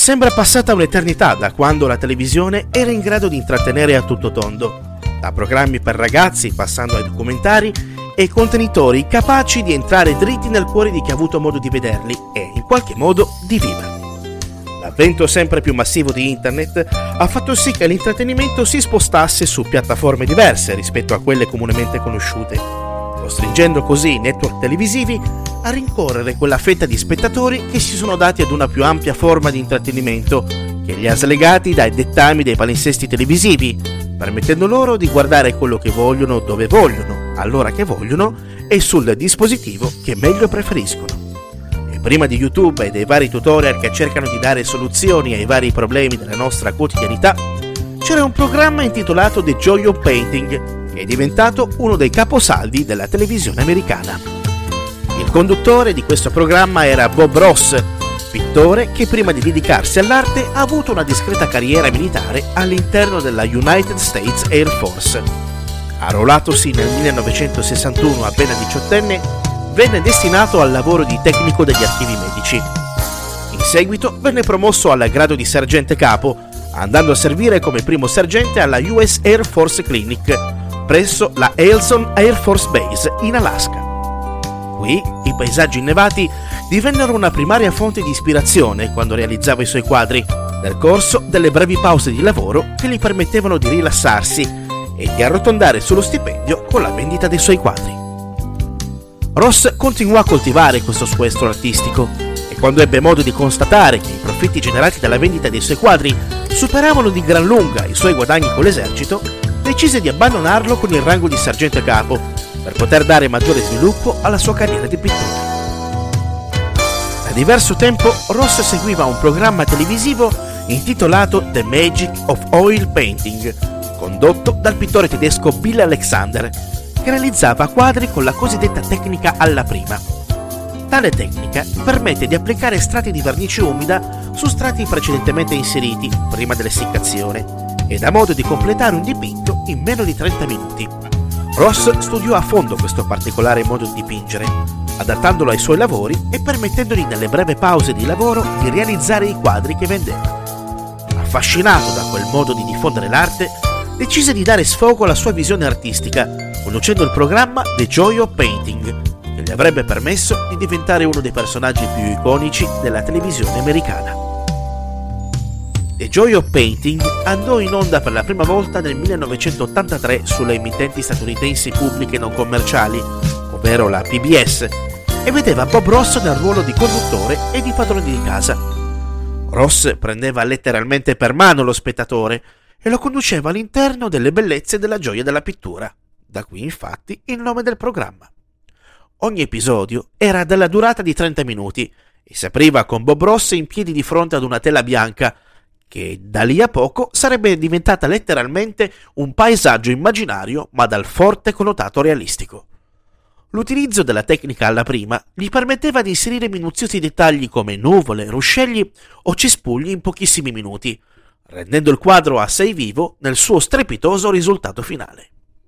Sembra passata un'eternità da quando la televisione era in grado di intrattenere a tutto tondo, da programmi per ragazzi passando ai documentari e contenitori capaci di entrare dritti nel cuore di chi ha avuto modo di vederli e, in qualche modo, di viverli. L'avvento sempre più massivo di internet ha fatto sì che l'intrattenimento si spostasse su piattaforme diverse rispetto a quelle comunemente conosciute, costringendo così i network televisivi a rincorrere quella fetta di spettatori che si sono dati ad una più ampia forma di intrattenimento che li ha slegati dai dettami dei palinsesti televisivi, permettendo loro di guardare quello che vogliono, dove vogliono, all'ora che vogliono e sul dispositivo che meglio preferiscono. E prima di YouTube e dei vari tutorial che cercano di dare soluzioni ai vari problemi della nostra quotidianità, c'era un programma intitolato The Joy of Painting, che è diventato uno dei caposaldi della televisione americana. Il conduttore di questo programma era Bob Ross, pittore che prima di dedicarsi all'arte ha avuto una discreta carriera militare all'interno della United States Air Force. Arruolatosi nel 1961 appena diciottenne, venne destinato al lavoro di tecnico degli archivi medici. In seguito venne promosso al grado di sergente capo, andando a servire come primo sergente alla US Air Force Clinic presso la Eielson Air Force Base in Alaska. Qui i paesaggi innevati divennero una primaria fonte di ispirazione quando realizzava i suoi quadri, nel corso delle brevi pause di lavoro che gli permettevano di rilassarsi e di arrotondare sullo stipendio con la vendita dei suoi quadri. Ross continuò a coltivare questo suo estro artistico e quando ebbe modo di constatare che i profitti generati dalla vendita dei suoi quadri superavano di gran lunga i suoi guadagni con l'esercito, decise di abbandonarlo con il rango di sergente capo per poter dare maggiore sviluppo alla sua carriera di pittore. Da diverso tempo Ross seguiva un programma televisivo intitolato The Magic of Oil Painting, condotto dal pittore tedesco Bill Alexander, che realizzava quadri con la cosiddetta tecnica alla prima. Tale tecnica permette di applicare strati di vernice umida su strati precedentemente inseriti prima dell'essiccazione e dà modo di completare un dipinto in meno di 30 minuti. Ross studiò a fondo questo particolare modo di dipingere, adattandolo ai suoi lavori e permettendogli nelle breve pause di lavoro di realizzare i quadri che vendeva. Affascinato da quel modo di diffondere l'arte, decise di dare sfogo alla sua visione artistica, conducendo il programma The Joy of Painting, che gli avrebbe permesso di diventare uno dei personaggi più iconici della televisione americana. The Joy of Painting andò in onda per la prima volta nel 1983 sulle emittenti statunitensi pubbliche non commerciali, ovvero la PBS, e vedeva Bob Ross nel ruolo di conduttore e di padrone di casa. Ross prendeva letteralmente per mano lo spettatore e lo conduceva all'interno delle bellezze della gioia della pittura, da qui infatti il nome del programma. Ogni episodio era della durata di 30 minuti e si apriva con Bob Ross in piedi di fronte ad una tela bianca, che da lì a poco sarebbe diventata letteralmente un paesaggio immaginario ma dal forte connotato realistico. L'utilizzo della tecnica alla prima gli permetteva di inserire minuziosi dettagli come nuvole, ruscelli o cespugli in pochissimi minuti, rendendo il quadro assai vivo nel suo strepitoso risultato finale.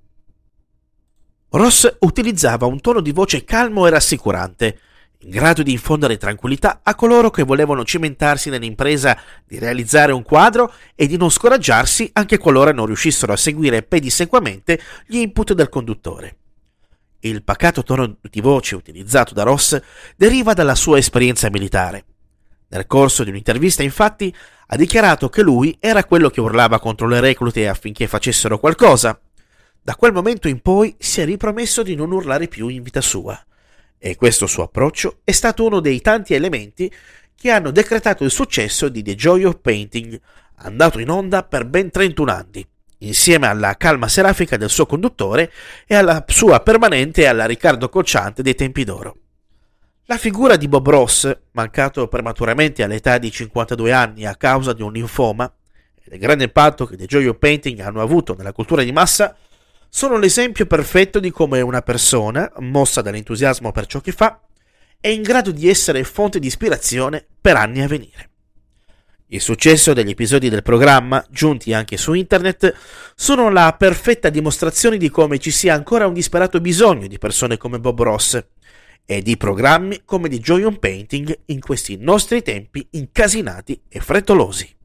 Ross utilizzava un tono di voce calmo e rassicurante, in grado di infondere tranquillità a coloro che volevano cimentarsi nell'impresa di realizzare un quadro e di non scoraggiarsi anche qualora non riuscissero a seguire pedissequamente gli input del conduttore. Il pacato tono di voce utilizzato da Ross deriva dalla sua esperienza militare. Nel corso di un'intervista, infatti, ha dichiarato che lui era quello che urlava contro le reclute affinché facessero qualcosa. Da quel momento in poi si è ripromesso di non urlare più in vita sua. E questo suo approccio è stato uno dei tanti elementi che hanno decretato il successo di The Joy of Painting, andato in onda per ben 31 anni, insieme alla calma serafica del suo conduttore e alla sua permanente alla Riccardo Cocciante dei tempi d'oro. La figura di Bob Ross, mancato prematuramente all'età di 52 anni a causa di un linfoma, e il grande impatto che The Joy of Painting hanno avuto nella cultura di massa, sono l'esempio perfetto di come una persona, mossa dall'entusiasmo per ciò che fa, è in grado di essere fonte di ispirazione per anni a venire. Il successo degli episodi del programma, giunti anche su internet, sono la perfetta dimostrazione di come ci sia ancora un disperato bisogno di persone come Bob Ross e di programmi come di Joy on Painting in questi nostri tempi incasinati e frettolosi.